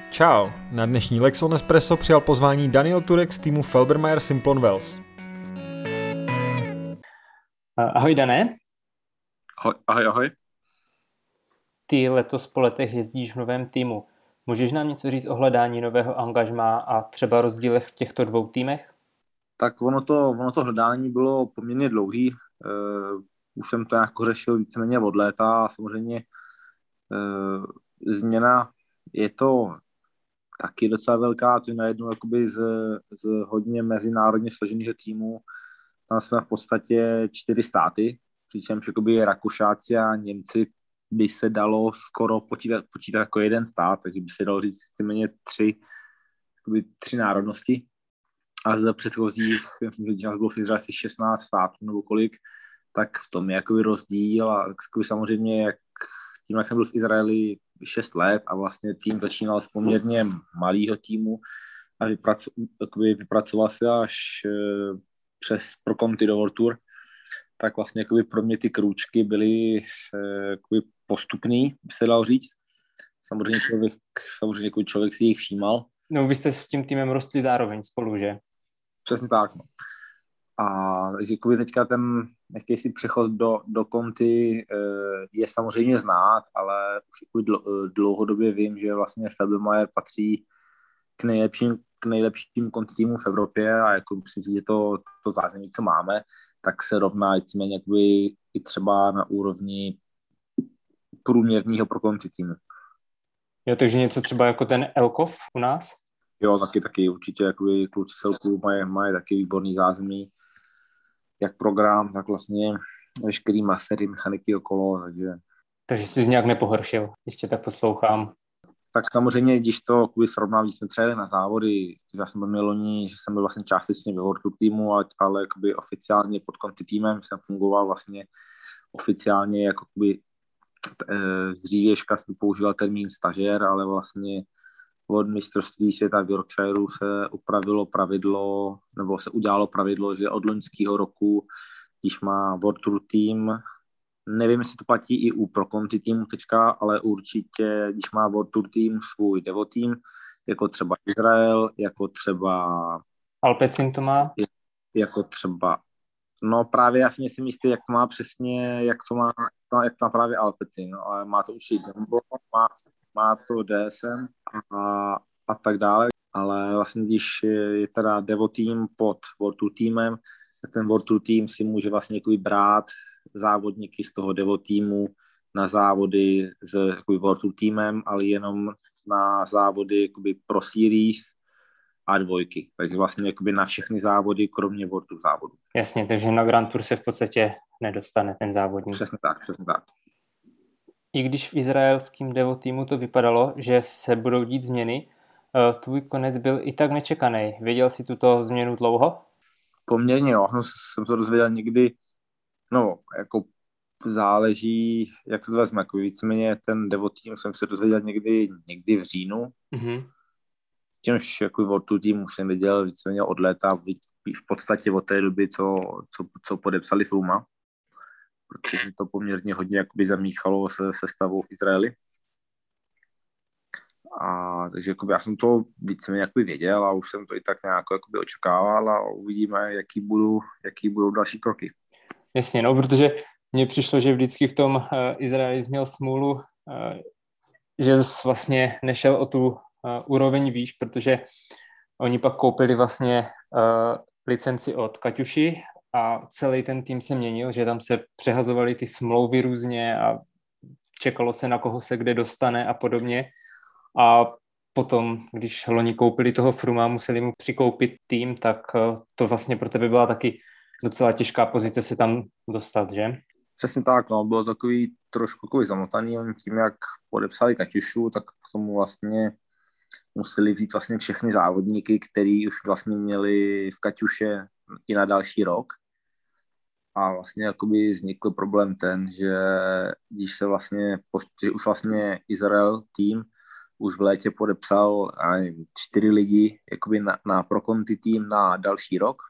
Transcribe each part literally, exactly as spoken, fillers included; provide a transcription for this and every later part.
Čau, na dnešní Lexon Espresso přijal pozvání Daniel Turek z týmu Felbermayr Simplon Wells. Ahoj, Dané. Ahoj, ahoj, ahoj. Ty letos po letech jezdíš v novém týmu. Můžeš nám něco říct o hledání nového angažmá a třeba rozdílech v těchto dvou týmech? Tak ono to, ono to hledání bylo poměrně dlouhý. Uh, už jsem to jako řešil víceméně od léta a samozřejmě uh, změna je to taky docela velká, to je najednou jakoby z, z hodně mezinárodně složeného týmu. Tam jsme v podstatě čtyři státy, přičemž jakoby Rakušáci a Němci by se dalo skoro počítat, počítat jako jeden stát, takže by se dalo říct víceméně tři, jakoby tři národnosti. A z předchozích, myslím, že když nás bylo v Izraeli šestnáct států nebo kolik, tak v tom je jakoby rozdíl a jakoby samozřejmě jak tím, jak jsem byl v Izraeli šest let a vlastně tým začínal z poměrně malého týmu a vypraco, vypracoval se až e, přes Pro Conti do World Tour, tak vlastně jakoby pro mě ty krůčky byly e, jakoby postupný, by se dalo říct. Samozřejmě člověk, samozřejmě jako člověk si jich všímal. No, vy jste s tím týmem rostli zároveň spolu, že? Přesně tak, no. A takže jakoby teďka ten jakýsi přechod do, do Conti je samozřejmě znát, ale už dlouhodobě vím, že vlastně Felbermayr patří k nejlepším, k nejlepším Conti týmům v Evropě a jako myslím si, že to, to zázemí, co máme, tak se rovná nicméně jakoby i třeba na úrovni průměrného pro Conti týmu. Jo, takže něco třeba jako ten Elkov u nás? Jo, taky, taky určitě jakoby kluci celku mají, mají taky výborný zázemí, jak program, tak vlastně veškerý masery, mechaniky okolo, takže... Takže jsi nějak nepohoršil, ještě tak poslouchám. Tak samozřejmě, když to kvůli srovnám, když jsme třeba na závody, já jsem byl loni, že jsem byl vlastně částečně ve World Tour týmu, ale, ale jakoby oficiálně pod Conti týmem jsem fungoval vlastně oficiálně jako jakoby z dřívěžka jsem používal termín stažér, ale vlastně od mistrovství světa v Yorkshireu se upravilo pravidlo, nebo se udělalo pravidlo, že od loňského roku, když má World Tour tým, nevím, jestli to platí i u Pro Conti týmu teďka, ale určitě, když má World Tour tým svůj Devo tým, jako třeba Izrael, jako třeba... Alpecin to má? Jako třeba... No právě já si nejsem jistý, jak to má přesně, jak to má, jak to má právě Alpecin, no, ale má to určitě Jumbo, má, má to D S M a, a tak dále, ale vlastně když je teda Devo tým pod World Tour týmem, tak ten World Tour tým si může vlastně brát závodníky z toho Devo týmu na závody s World Tour týmem, ale jenom na závody jakoby Pro Series a dvojky, takže vlastně jakoby na všechny závody, kromě World Tour závodu. Jasně, takže na Grand Tour se v podstatě nedostane ten závodník. Přesně tak, přesně tak. I když v izraelském Devo týmu to vypadalo, že se budou dít změny, tvůj konec byl i tak nečekaný. Věděl jsi tuto změnu dlouho? Poměrně, jo. Jsem to dozvěděl někdy, no, jako záleží, jak se to vezme, jako víceméně ten Devo tým jsem se dozvěděl někdy, někdy v říjnu. Mm-hmm. Těmž jako World Tour tým už jsem viděl víceméně od léta, v podstatě od té doby, co, co, co podepsali Frooma, protože to poměrně hodně jakoby zamíchalo se sestavou v Izraeli. A takže jakoby, já jsem to víceméně jakoby věděl a už jsem to i tak nějak jakoby očekával a uvidíme, jaký budou, jaký budou další kroky. Jasně, no, protože mně přišlo, že vždycky v tom uh, Izraeli měl smůlu, uh, že vlastně nešel o tu uh, úroveň výš, protože oni pak koupili vlastně uh, licenci od Kaťuši a celý ten tým se měnil, že tam se přehazovaly ty smlouvy různě a čekalo se, na koho se kde dostane a podobně. A potom, když loni koupili toho Frooma, museli mu přikoupit tým, tak to vlastně pro tebe byla taky docela těžká pozice se tam dostat, že? Přesně tak, no, bylo takový trošku takový zamotaný, tím, jak podepsali Kaťušu, tak k tomu vlastně museli vzít vlastně všechny závodníky, který už vlastně měli v Kaťuše i na další rok. A vlastně jakoby vznikl problém ten, že když se vlastně, že už vlastně Izrael tým už v létě podepsal nevím, čtyři lidi jakoby na, na Pro Conti tým na další rok.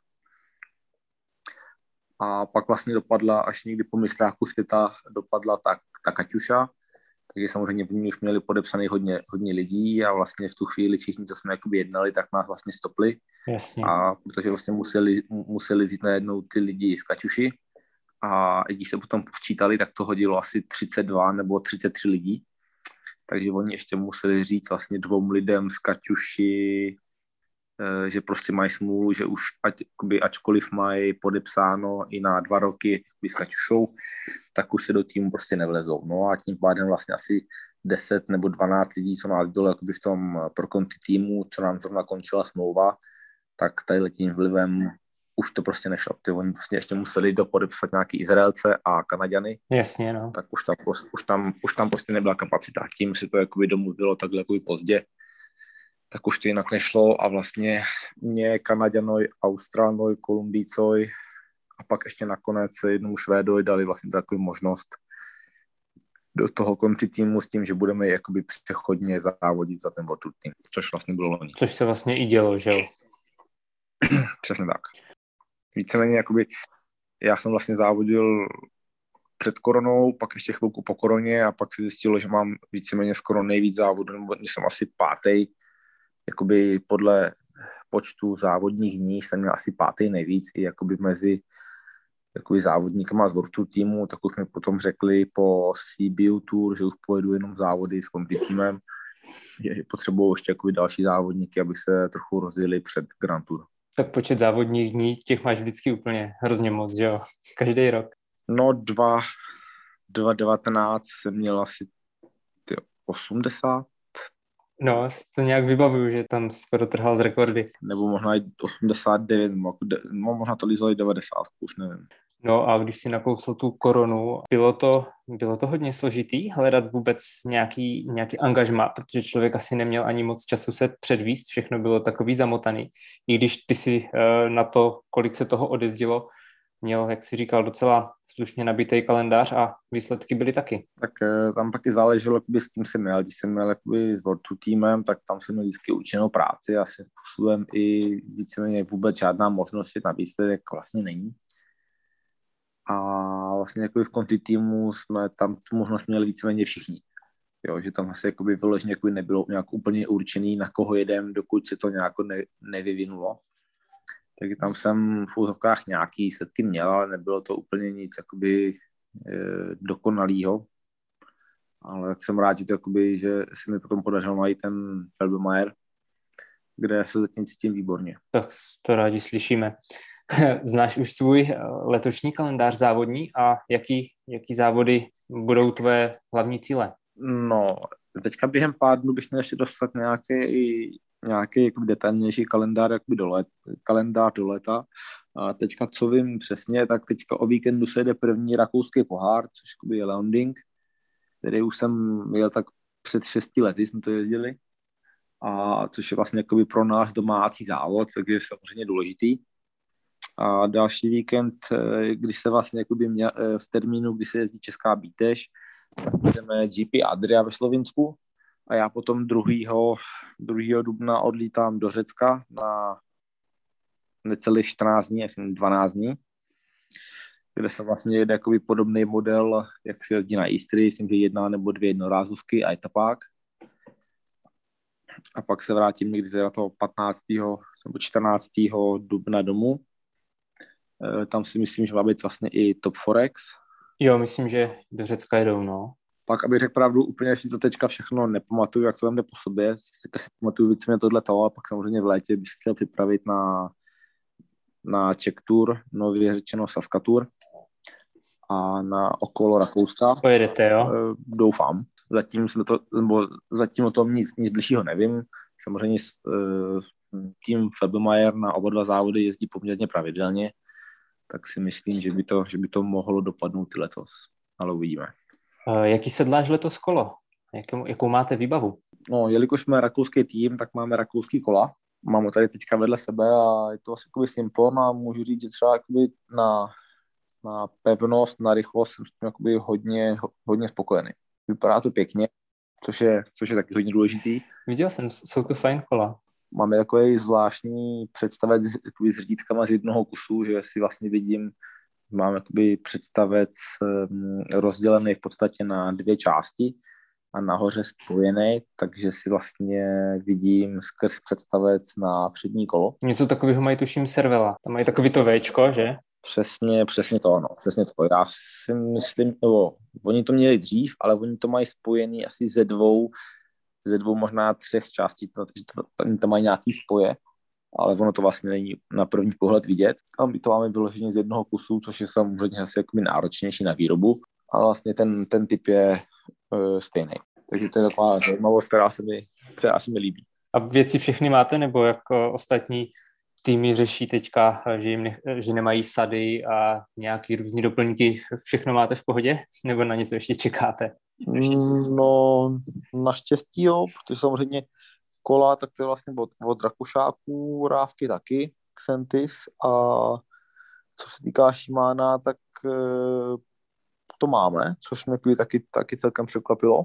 A pak vlastně dopadla, až někdy po mistráku světa dopadla ta, ta Kaťuša, takže samozřejmě oni už měli podepsaný hodně, hodně lidí a vlastně v tu chvíli všichni, co jsme jakoby jednali, tak nás vlastně stopli. Jasně. A protože vlastně museli, museli vzít najednou ty lidi z Kaťuši a i když to potom počítali, tak to hodilo asi třicet dva nebo třicet tři lidí. Takže oni ještě museli říct vlastně dvou lidem z Kaťuši, že prostě mají smůlu, že už ať, ačkoliv mají podepsáno i na dva roky s Kaťušou, tak už se do týmu prostě nevlezou. No a tím pádem vlastně asi deset nebo dvanáct lidí, co nás bylo jakoby v tom pro konti týmu, co nám zrovna končila smlouva, tak tady tím vlivem už to prostě nešlo. Ty oni vlastně ještě museli dopodepsat nějaký Izraelce a Kanaďany. Jasně, no. Tak už tam, už tam, už tam prostě nebyla kapacita. Tím si to jakoby domluvilo takhle jakoby pozdě. Tak už to jinak nešlo a vlastně mě Kanaďanoj, Austrálnoj, Kolumbícoj a pak ještě nakonec jednomu Švédoj dali vlastně takovou možnost do toho konci týmu s tím, že budeme jakoby přechodně závodit za ten World Tour tým, což vlastně bylo loni. Což se vlastně i dělo, že jo? Přesně tak. Víceméně jakoby já jsem vlastně závodil před koronou, pak ještě chvilku po koroně a pak se zjistilo, že mám víceméně skoro nejvíc závodů, nebo jsem asi pátý. Jakoby podle počtu závodních dní jsem měl asi pátý nejvíc i jakoby mezi jakoby závodníkama z World Tour týmu, tak už mi potom řekli po C B U Tour, že už pojedu jenom závody s konti týmem, že potřebují ještě jakoby další závodníky, aby se trochu rozjeli před Grand Tour. Tak počet závodních dní, těch máš vždycky úplně hrozně moc, že jo? Každý rok. No dva, dva devatenáct jsem měl asi ty osmdesát. No, to nějak vybavuju, že tam skoro trhal z rekordy. Nebo možná i osmdesát devět, no, možná to lízlo i devadesát, už nevím. No a když si nakousl tu koronu, bylo to, bylo to hodně složitý hledat vůbec nějaký, nějaký angažmá, protože člověk asi neměl ani moc času se předvíst, všechno bylo takový zamotaný. I když ty si na to, kolik se toho odjezdilo, měl, jak si říkal, docela slušně nabitý kalendář a výsledky byly taky. Tak tam taky záleželo, jakoby, s kým jsem měl. Když jsem měl jakoby, s World Tour týmem, tak tam jsem měl vždycky učenou práci a se způsobem i víceméně vůbec žádná možnost na výsledek vlastně není. A vlastně jakoby v konti týmu jsme tam tu možnost měli víceméně všichni. Jo, že tam asi jakoby vyloženě jakoby nebylo nějak úplně určený, na koho jedem, dokud se to nějak ne, nevyvinulo. Takže tam jsem v úzovkách nějaký výsledky měl, ale nebylo to úplně nic jakoby e, dokonalýho. Ale tak jsem rád, že, to, jakoby, že se mi potom podařilo najít ten Felbermayr, kde se zatím cítím výborně. Tak to rádi slyšíme. Znáš už svůj letošní kalendář závodní a jaký, jaký závody budou tvoje hlavní cíle? No, teďka během pár dnů bych měl ještě dostat nějaký, nějaký jakoby detailnější kalendář, jakoby do let, kalendář do léta. A teďka, co vím přesně, tak teďka o víkendu se jde první rakouský pohár, což je Leonding, který už jsem jel tak před šesti lety, jsme to jezdili. A což je vlastně jakoby pro nás domácí závod, takže je samozřejmě důležitý. A další víkend, když se vlastně jakoby měl, v termínu, kdy se jezdí Česká Bítež, tak jdeme G P Adria ve Slovinsku a já potom druhého dubna odlítám do Řecka na necelých čtrnáct dní, asi dvanáct dní, kde se vlastně jede jakoby podobný model, jak se jezdí na Istrii, myslím, že jedna nebo dvě jednorázovky a etapák. A pak se vrátím někdy teda toho patnáctého nebo čtrnáctého dubna domů. Tam si myslím, že má být vlastně i Top Forex. Jo, myslím, že do Řecka jedou, no. Pak, abych řekl pravdu, úplně si to teďka všechno nepamatuju, jak to tam jde po sobě. Teďka si pamatuju víceméně tohleto, a pak samozřejmě v létě bych chtěl připravit na, na Czech Tour, nově řečeno Saska Tour a na okolo Rakouska. Pojedete, jo? Doufám. Zatím, jsme to, nebo zatím o tom nic, nic bližšího nevím. Samozřejmě tým Felbermayr na oba dva závody jezdí poměrně pravidelně, tak si myslím, že by to, že by to mohlo dopadnout letos, ale uvidíme. Jaký sedláš letos kolo? Jakou, jakou máte výbavu? No, jelikož jsme rakouský tým, tak máme rakouský kola. Mám ho tady teďka vedle sebe a je to asi jakoby Simplon a můžu říct, že třeba jakoby na, na pevnost, na rychlost jsem s tím jakoby hodně, hodně spokojený. Vypadá to pěkně, což je, což je taky hodně důležitý. Viděl jsem, jsou to fajn kola. Máme takový zvláštní představec s řídítkama z jednoho kusu, že si vlastně vidím, mám jakoby představec rozdělený v podstatě na dvě části. a nahoře spojený, takže si vlastně vidím skrz představec na přední kolo. Něco takového mají tuším Cervela. Tam mají takový to Včko, že? Přesně, přesně to, no, přesně to. Já si myslím, nebo oni to měli dřív, ale oni to mají spojený asi ze dvou, ze dvou možná třech částí, protože to, to, to mají nějaký spoje, ale ono to vlastně není na první pohled vidět. A my to máme vyloženě z jednoho kusu, což je samozřejmě asi jako náročnější na výrobu, ale vlastně ten, ten typ je uh, stejný. Takže to je taková zajímavost, která se mi, která se mi líbí. A věci všechny máte, nebo jako ostatní týmy řeší teďka, že, jim ne, že nemají sady a nějaký různý doplňky, všechno máte v pohodě? Nebo na něco ještě čekáte? No, naštěstí jo, protože samozřejmě kola, tak to je vlastně od, od Rakušáků, rávky taky, Xentis, a co se týká Shimana, tak e, to máme, což mě taky, taky celkem překvapilo.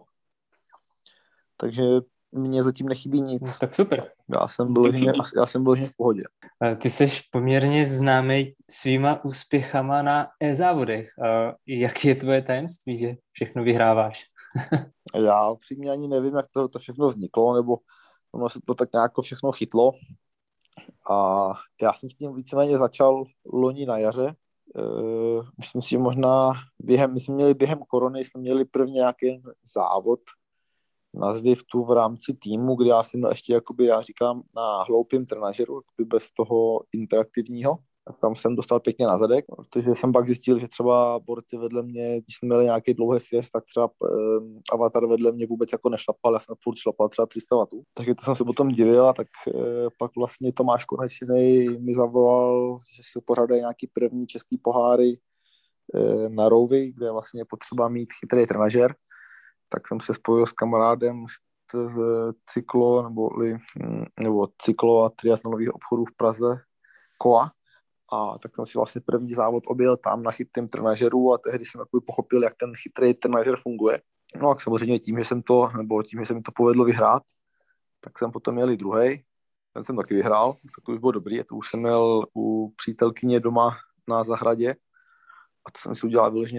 Takže mně zatím nechybí nic. No, tak super. Já jsem byl, já jsem byl v pohodě. Ty jsi poměrně známý svýma úspěchama na e-závodech. Jaký je tvoje tajemství, že všechno vyhráváš? Já upřímně ani nevím, jak to, to všechno vzniklo, nebo ono se to tak nějak všechno chytlo. A já jsem s tím víceméně začal loni na jaře. E, myslím si, že možná během, my jsme měli během korony, jsme měli první nějaký závod na Zwiftu v rámci týmu, kde já jsem měl ještě, jakoby já říkám, na hloupým trenažeru, bez toho interaktivního. Tak tam jsem dostal pěkně na zadek, protože jsem pak zjistil, že třeba borci vedle mě, když jsme měli nějaký dlouhý sjezd, tak třeba um, avatar vedle mě vůbec jako nešlapal, já jsem furt šlapal třeba tři sta wattů. Takže to jsem se potom divil a tak uh, pak vlastně Tomáš Konečný mi zavolal, že se pořádají nějaký první český poháry uh, na Rouvy, kde vlastně je potřeba mít chytrý trenažer. Tak jsem se spojil s kamarádem z, z cyklo nebo, nebo cyklo a triatlonových obchodů v Praze, Koa. A tak jsem si vlastně první závod objel tam na chytrém trenažeru a tehdy jsem takový pochopil, jak ten chytrý trenažer funguje. No a samozřejmě tím, že jsem to, nebo tím, že se mi to povedlo vyhrát, tak jsem potom měl i druhej. Ten jsem taky vyhrál, tak to už bylo dobrý. A to už jsem měl u přítelkyně doma na zahradě a to jsem si udělal vyloženě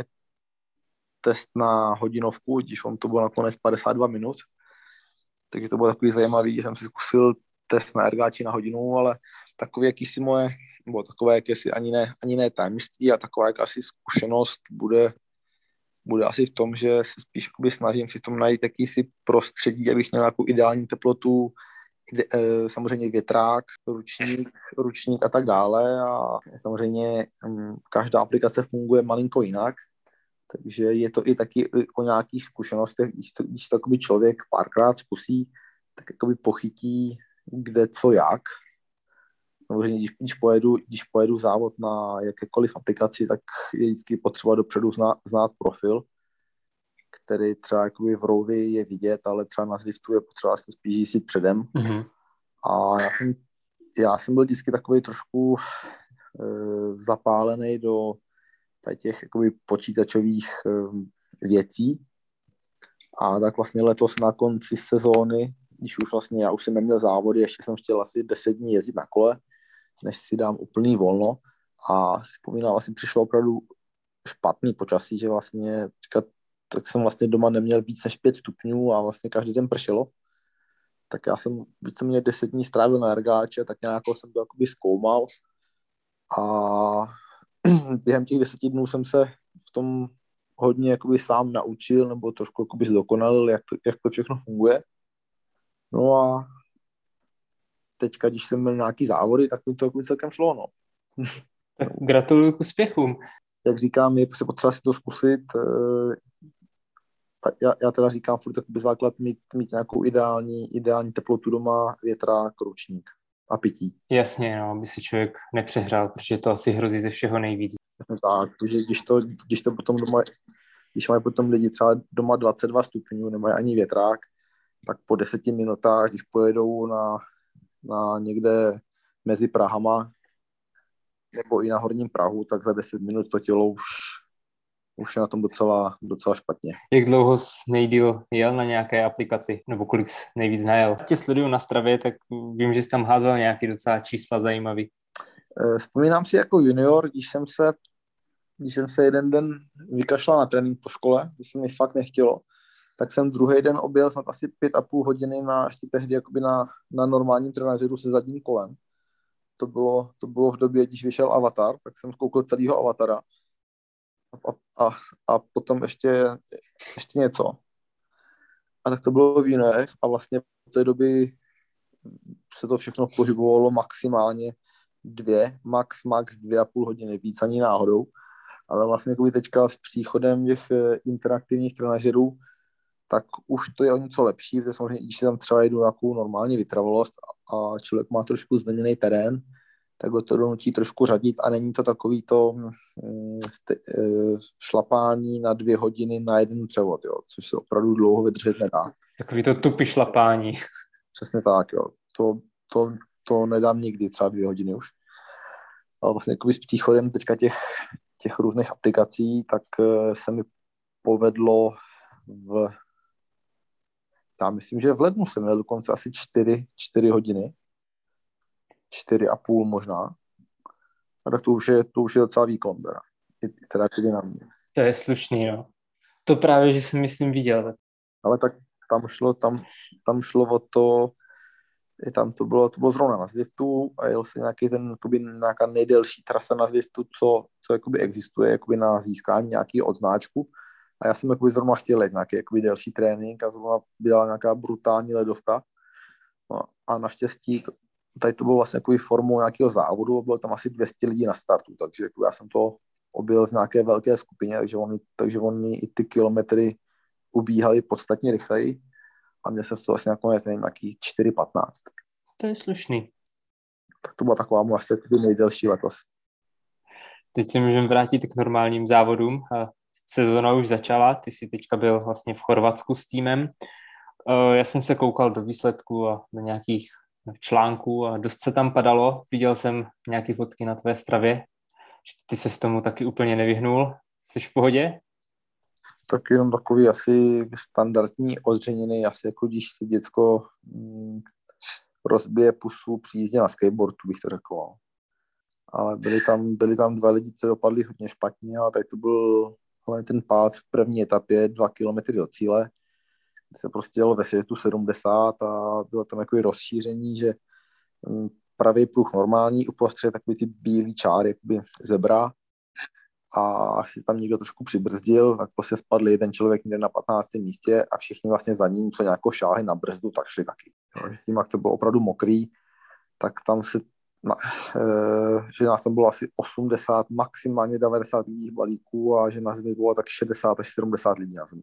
test na hodinovku, když on to bylo nakonec padesát dva minut. Takže to bylo takový zajímavý, že jsem si zkusil test na ergáči na hodinu, ale takový jakýsi moje, nebo takové jakési ani ne, ani ne tajemství a taková jakási zkušenost bude, bude asi v tom, že se spíš snažím si v tom najít jakýsi prostředí, abych měl nějakou ideální teplotu, ide, e, samozřejmě větrák, ručník, ručník a tak dále a samozřejmě m, každá aplikace funguje malinko jinak. Takže je to i taky o nějakých zkušenostech, když to, když to člověk párkrát zkusí, tak jakoby pochytí, kde co jak. Samozřejmě, když, když, pojedu, když pojedu závod na jakékoliv aplikaci, tak je vždycky potřeba dopředu znát, znát profil, který třeba jakoby v Rouvy je vidět, ale třeba na Zwiftu je potřeba se spíš zjistit předem. Mm-hmm. A já jsem, já jsem byl vždycky takový trošku e, zapálený do těch jakoby počítačových um, věcí. A tak vlastně letos na konci sezóny, když už vlastně já už jsem neměl závody, ještě jsem chtěl asi deset dní jezdit na kole, než si dám úplný volno. A si vzpomínám, vlastně přišlo opravdu špatný počasí, že vlastně tak jsem vlastně doma neměl víc než pět stupňů a vlastně každý den pršelo. Tak já jsem víceméně deset dní strávil na ergáče, tak nějak jsem to jakoby zkoumal. A během těch deseti dnů jsem se v tom hodně jakoby sám naučil, nebo trošku jakoby zdokonalil, jak to, jak to všechno funguje. No a teďka, když jsem měl nějaký závody, tak mi to jakoby celkem šlo, no. Tak gratuluju k úspěchům. Jak říkám, je potřeba si to zkusit. Já, já teda říkám furt jakoby základ mít, mít nějakou ideální, ideální teplotu doma, větrák, ručník a pití. Jasně, no, aby si člověk nepřehrál, protože to asi hrozí ze všeho nejvíc. Tak, protože když to, když to potom doma, když mají potom lidi třeba doma dvacet dva stupňů, nemají ani větrák, tak po deseti minutách, když pojedou na, na někde mezi Prahama nebo i na Horním Prahu, tak za deset minut to tělo už, už je na tom docela, docela špatně. Jak dlouho jsi nejdýl jel na nějaké aplikaci, nebo kolik jsi nejvíc najel? Tě sleduju na Stravě, tak vím, že jsi tam házel nějaký docela čísla zajímavý. Vzpomínám si jako junior, když jsem se, když jsem se jeden den vykašlal na trénink po škole, když se mi fakt nechtělo, tak jsem druhý den objel snad asi pět a půl hodiny na, ještě tehdy jakoby na, na normálním trenažeru se zadním kolem. To bylo, to bylo v době, když vyšel Avatar, tak jsem koukl celýho Avatara. A, a, a potom ještě, ještě něco. A tak to bylo v Junech a vlastně v té doby se to všechno pohybovalo maximálně dvě, max, max dvě a půl hodiny, víc ani náhodou. Ale vlastně jakoby teďka s příchodem těch interaktivních trenažerů, tak už to je o něco lepší, protože samozřejmě, když si tam třeba jdu nějakou normální vytrvalost a člověk má trošku změněný terén, tak ho to donutí trošku řadit a není to takový to mm, šlapání na dvě hodiny na jeden převod, jo, což se opravdu dlouho vydržet nedá. Takový to tupý šlapání. Přesně tak, jo. To, to, to nedám nikdy, třeba dvě hodiny už. Ale vlastně jakoby s příchodem teďka těch, těch různých aplikací, tak se mi povedlo v, já myslím, že v lednu jsem měl dokonce asi čtyři, čtyři hodiny. Čtyři a půl možná. A tak to už je, to už je docela výkon, teda. I, i teda tedy na mě. To je slušný, no. To právě, že jsem myslím viděl. Ale tak tam šlo, tam, tam šlo o to, i tam to bylo, to bylo zrovna na Zwiftu a jel se nějaký ten, jakoby, nějaká nejdelší trasa na Zwiftu, co, co jakoby existuje jakoby na získání nějaký odznáčku. A já jsem jakoby zrovna chtěl jít nějaký jakoby delší trénink a zrovna byla nějaká brutální ledovka. No, a naštěstí tady to bylo vlastně jakoby formou nějakého závodu, bylo tam asi dvě stě lidí na startu, takže jakoby já jsem to objel v nějaké velké skupině, takže oni, takže oni i ty kilometry ubíhali podstatně rychleji a měl jsem to vlastně nakonec nevím, nějaký čtyři patnáct. To je slušný. Tak to byla taková vlastně nejdelší letos. Teď se můžeme vrátit k normálním závodům. Sezona už začala, ty jsi teďka byl vlastně v Chorvatsku s týmem. Já jsem se koukal do výsledků a do nějakých článků a dost se tam padalo. Viděl jsem nějaké fotky na tvé stravě. Ty se s tomu taky úplně nevyhnul. Jsi v pohodě? Tak jenom takový asi standardní odřeniny, asi jako když se děcko mm, rozbije pusu při jízdě na skateboardu, bych to řekl. Ale byli tam, byli tam dva lidi, co dopadli hodně špatně, ale tady to byl hlavně ten pád v první etapě, dva kilometry do cíle, kde se prostě jelo ve světu sedmdesát a bylo tam takový rozšíření, že pravý pruh normální, uprostřed takový ty bílý čáry, jakoby zebra, a až si tam někdo trošku přibrzdil, tak prostě spadl jeden člověk někde na patnáctém místě a všichni vlastně za ním, co nějakou šáhli na brzdu, tak šli taky. Tím, jak to bylo opravdu mokrý, tak tam se, na, e, že nás tam bylo asi osmdesát, maximálně devadesát lidí v balíku a že nás bylo tak šedesát až sedmdesát lidí na zemi.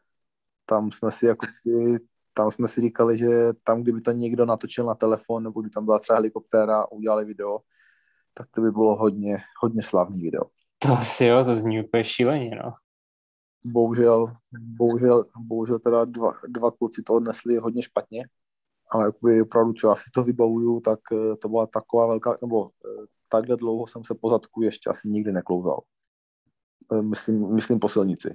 Tam jsme si jako tam jsme si říkali, že tam, kdyby to někdo natočil na telefon, nebo kdyby tam byla třeba helikoptéra a udělali video, tak to by bylo hodně, hodně slavný video. To asi jo, to zní úplně šíleně, no. Bohužel, bohužel, bohužel teda dva, dva kluci to odnesli hodně špatně, ale jakoby opravdu, co já si to vybavuju, tak to byla taková velká, nebo takhle dlouho jsem se po zadku ještě asi nikdy neklouzal. Myslím, myslím po silnici.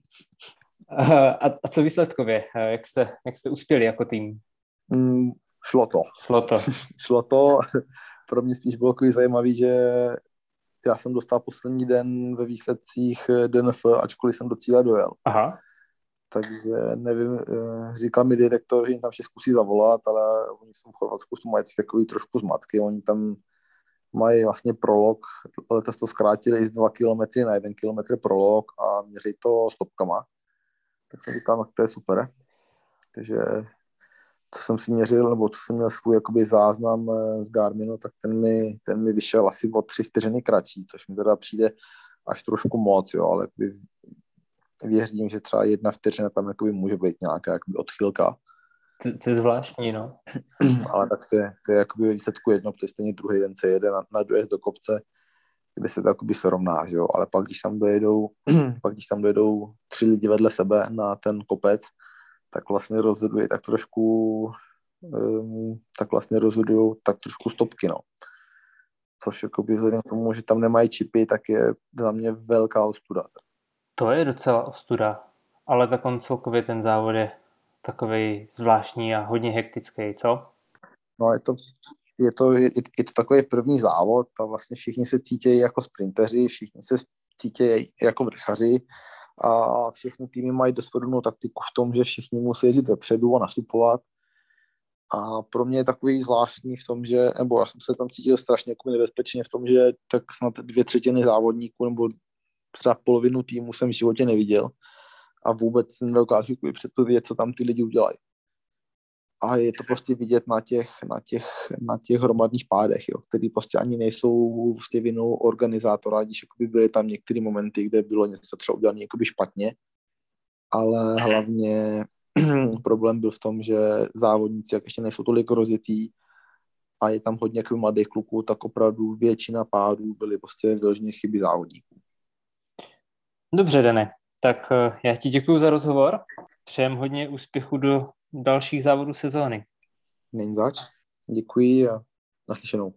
A, a co výsledkově? Jak jste, jak jste uspěli jako tým? Mm, šlo to. Šlo to. šlo to. Pro mě spíš bylo takový zajímavý, že já jsem dostal poslední den ve výsledcích D N F, ačkoliv jsem do cíle dojel. Aha. Takže nevím, říkal mi direktor, že jim tam vše zkusí zavolat, ale oni v tom Chorvatsku jsou mají takový trošku zmatky. Oni tam mají vlastně prolog, letos to zkrátili z dva kilometry na jeden kilometr prolog a měří to stopkama. Tak jsem říkal, no to je super. Takže co jsem si měřil, nebo co jsem měl svůj jakoby záznam z Garminu, tak ten mi, ten mi vyšel asi o tři vteřiny kratší, což mi teda přijde až trošku moc, jo, ale jakoby věřím, že třeba jedna vteřina tam jakoby může být nějaká jakoby odchylka. To, to je zvláštní, no. Ale tak to je, to je jakoby výsledku jedno, protože stejně druhý den se jede na, na dojezd do kopce, kde se to jakoby srovná, že jo, ale pak když tam dojedou, pak když tam dojedou tři lidi vedle sebe na ten kopec, tak vlastně rozhoduje tak trošku, um, tak vlastně rozhodují tak trošku stopky, no. Což jakoby vzhledem k tomu, že tam nemají čipy, tak je za mě velká ostuda. To je docela ostuda, ale tak on celkově ten závod je takovej zvláštní a hodně hektický, co? No je to, je to, je, je to takový první závod a vlastně všichni se cítějí jako sprinteři, všichni se cítějí jako vrchaři a všechny týmy mají dost podobnou taktiku v tom, že všichni musí jezdit vepředu a nastupovat. A pro mě je takový zvláštní v tom, že, nebo já jsem se tam cítil strašně jako nebezpečně v tom, že tak snad dvě třetiny závodníků nebo třeba polovinu týmu jsem v životě neviděl a vůbec nedokážu předpovědět, co tam ty lidi udělají. A je to prostě vidět na těch, na těch, na těch hromadných pádech, jo, který prostě ani nejsou vlastně vinou organizátora, když jakoby byly tam některé momenty, kde bylo něco třeba udělané jakoby špatně, ale hlavně problém byl v tom, že závodníci, jak ještě nejsou tolik rozjetý a je tam hodně jako mladých kluků, tak opravdu většina pádů byly prostě vyloženě chyby závodníků. Dobře, Dane, tak já ti děkuji za rozhovor. Přejem hodně úspěchu do dalších závodů sezóny. Není zač. Děkuji a naslyšenou.